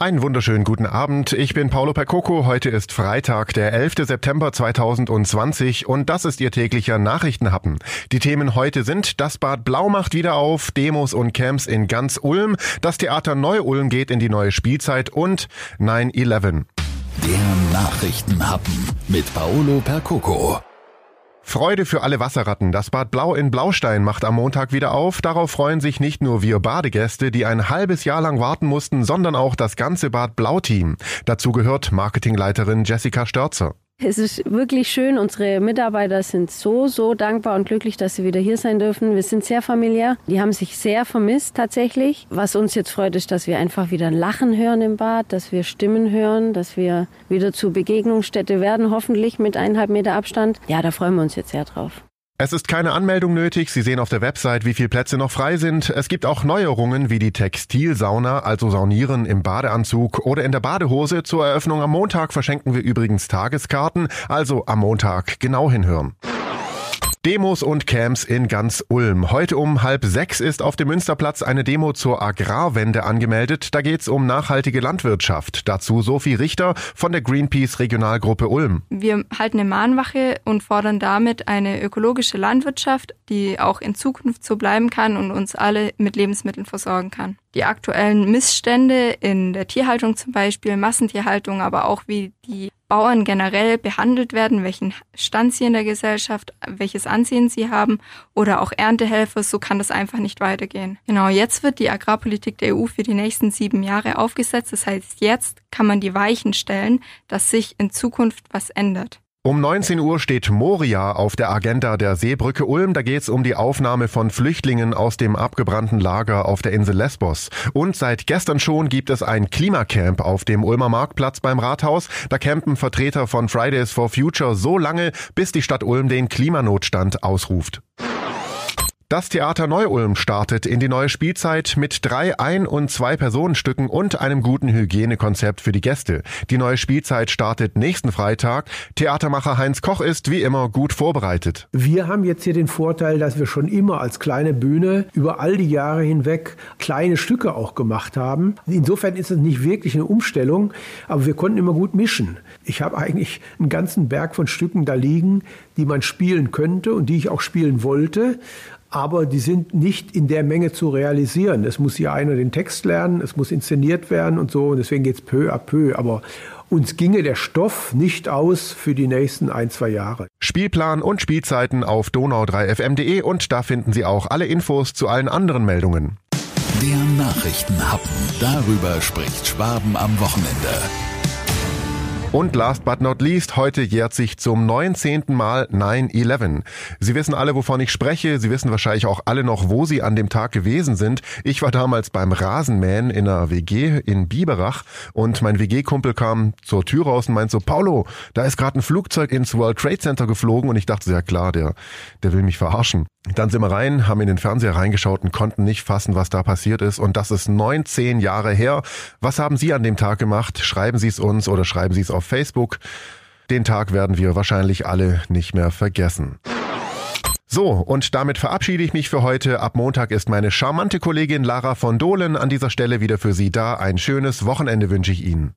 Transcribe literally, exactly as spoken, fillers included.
Einen wunderschönen guten Abend. Ich bin Paolo Percoco. Heute ist Freitag, der elfter September zweitausendzwanzig und das ist Ihr täglicher Nachrichtenhappen. Die Themen heute sind: Das Bad Blau macht wieder auf, Demos und Camps in ganz Ulm, das Theater Neu-Ulm geht in die neue Spielzeit und neun elf. Der Nachrichtenhappen mit Paolo Percoco. Freude für alle Wasserratten. Das Bad Blau in Blaustein macht am Montag wieder auf. Darauf freuen sich nicht nur wir Badegäste, die ein halbes Jahr lang warten mussten, sondern auch das ganze Bad Blau-Team. Dazu gehört Marketingleiterin Jessica Störzer. Es ist wirklich schön. Unsere Mitarbeiter sind so, so dankbar und glücklich, dass sie wieder hier sein dürfen. Wir sind sehr familiär. Die haben sich sehr vermisst tatsächlich. Was uns jetzt freut, ist, dass wir einfach wieder Lachen hören im Bad, dass wir Stimmen hören, dass wir wieder zur Begegnungsstätte werden, hoffentlich mit eineinhalb Meter Abstand. Ja, da freuen wir uns jetzt sehr drauf. Es ist keine Anmeldung nötig. Sie sehen auf der Website, wie viele Plätze noch frei sind. Es gibt auch Neuerungen wie die Textilsauna, also Saunieren im Badeanzug oder in der Badehose. Zur Eröffnung am Montag verschenken wir übrigens Tageskarten, also am Montag genau hinhören. Demos und Camps in ganz Ulm. Heute um halb sechs ist auf dem Münsterplatz eine Demo zur Agrarwende angemeldet. Da geht's um nachhaltige Landwirtschaft. Dazu Sophie Richter von der Greenpeace Regionalgruppe Ulm. Wir halten eine Mahnwache und fordern damit eine ökologische Landwirtschaft, die auch in Zukunft so bleiben kann und uns alle mit Lebensmitteln versorgen kann. Die aktuellen Missstände in der Tierhaltung zum Beispiel, Massentierhaltung, aber auch wie die Bauern generell behandelt werden, welchen Stand sie in der Gesellschaft, welches Ansehen sie haben oder auch Erntehelfer, so kann das einfach nicht weitergehen. Genau, jetzt wird die Agrarpolitik der E U für die nächsten sieben Jahre aufgesetzt. Das heißt, jetzt kann man die Weichen stellen, dass sich in Zukunft was ändert. Um neunzehn Uhr steht Moria auf der Agenda der Seebrücke Ulm. Da geht's um die Aufnahme von Flüchtlingen aus dem abgebrannten Lager auf der Insel Lesbos. Und seit gestern schon gibt es ein Klimacamp auf dem Ulmer Marktplatz beim Rathaus. Da campen Vertreter von Fridays for Future so lange, bis die Stadt Ulm den Klimanotstand ausruft. Das Theater Neu-Ulm startet in die neue Spielzeit mit drei Ein- und Zwei-Personenstücken und einem guten Hygienekonzept für die Gäste. Die neue Spielzeit startet nächsten Freitag. Theatermacher Heinz Koch ist wie immer gut vorbereitet. Wir haben jetzt hier den Vorteil, dass wir schon immer als kleine Bühne über all die Jahre hinweg kleine Stücke auch gemacht haben. Insofern ist es nicht wirklich eine Umstellung, aber wir konnten immer gut mischen. Ich habe eigentlich einen ganzen Berg von Stücken da liegen, die man spielen könnte und die ich auch spielen wollte. Aber die sind nicht in der Menge zu realisieren. Es muss hier einer den Text lernen, es muss inszeniert werden und so. Und deswegen geht's peu à peu. Aber uns ginge der Stoff nicht aus für die nächsten ein, zwei Jahre. Spielplan und Spielzeiten auf donau drei f m punkt de und da finden Sie auch alle Infos zu allen anderen Meldungen. Der Nachrichtenhappen. Darüber spricht Schwaben am Wochenende. Und last but not least, heute jährt sich zum neunzehnten Mal neun elf. Sie wissen alle, wovon ich spreche. Sie wissen wahrscheinlich auch alle noch, wo Sie an dem Tag gewesen sind. Ich war damals beim Rasenmähen in einer W G in Biberach und mein W G-Kumpel kam zur Tür raus und meint so: Paolo, da ist gerade ein Flugzeug ins World Trade Center geflogen. Und ich dachte, ja klar, der, der will mich verarschen. Dann sind wir rein, haben in den Fernseher reingeschaut und konnten nicht fassen, was da passiert ist. Und das ist neunzehn Jahre her. Was haben Sie an dem Tag gemacht? Schreiben Sie es uns oder schreiben Sie es auf Facebook. Den Tag werden wir wahrscheinlich alle nicht mehr vergessen. So, und damit verabschiede ich mich für heute. Ab Montag ist meine charmante Kollegin Lara von Dohlen an dieser Stelle wieder für Sie da. Ein schönes Wochenende wünsche ich Ihnen.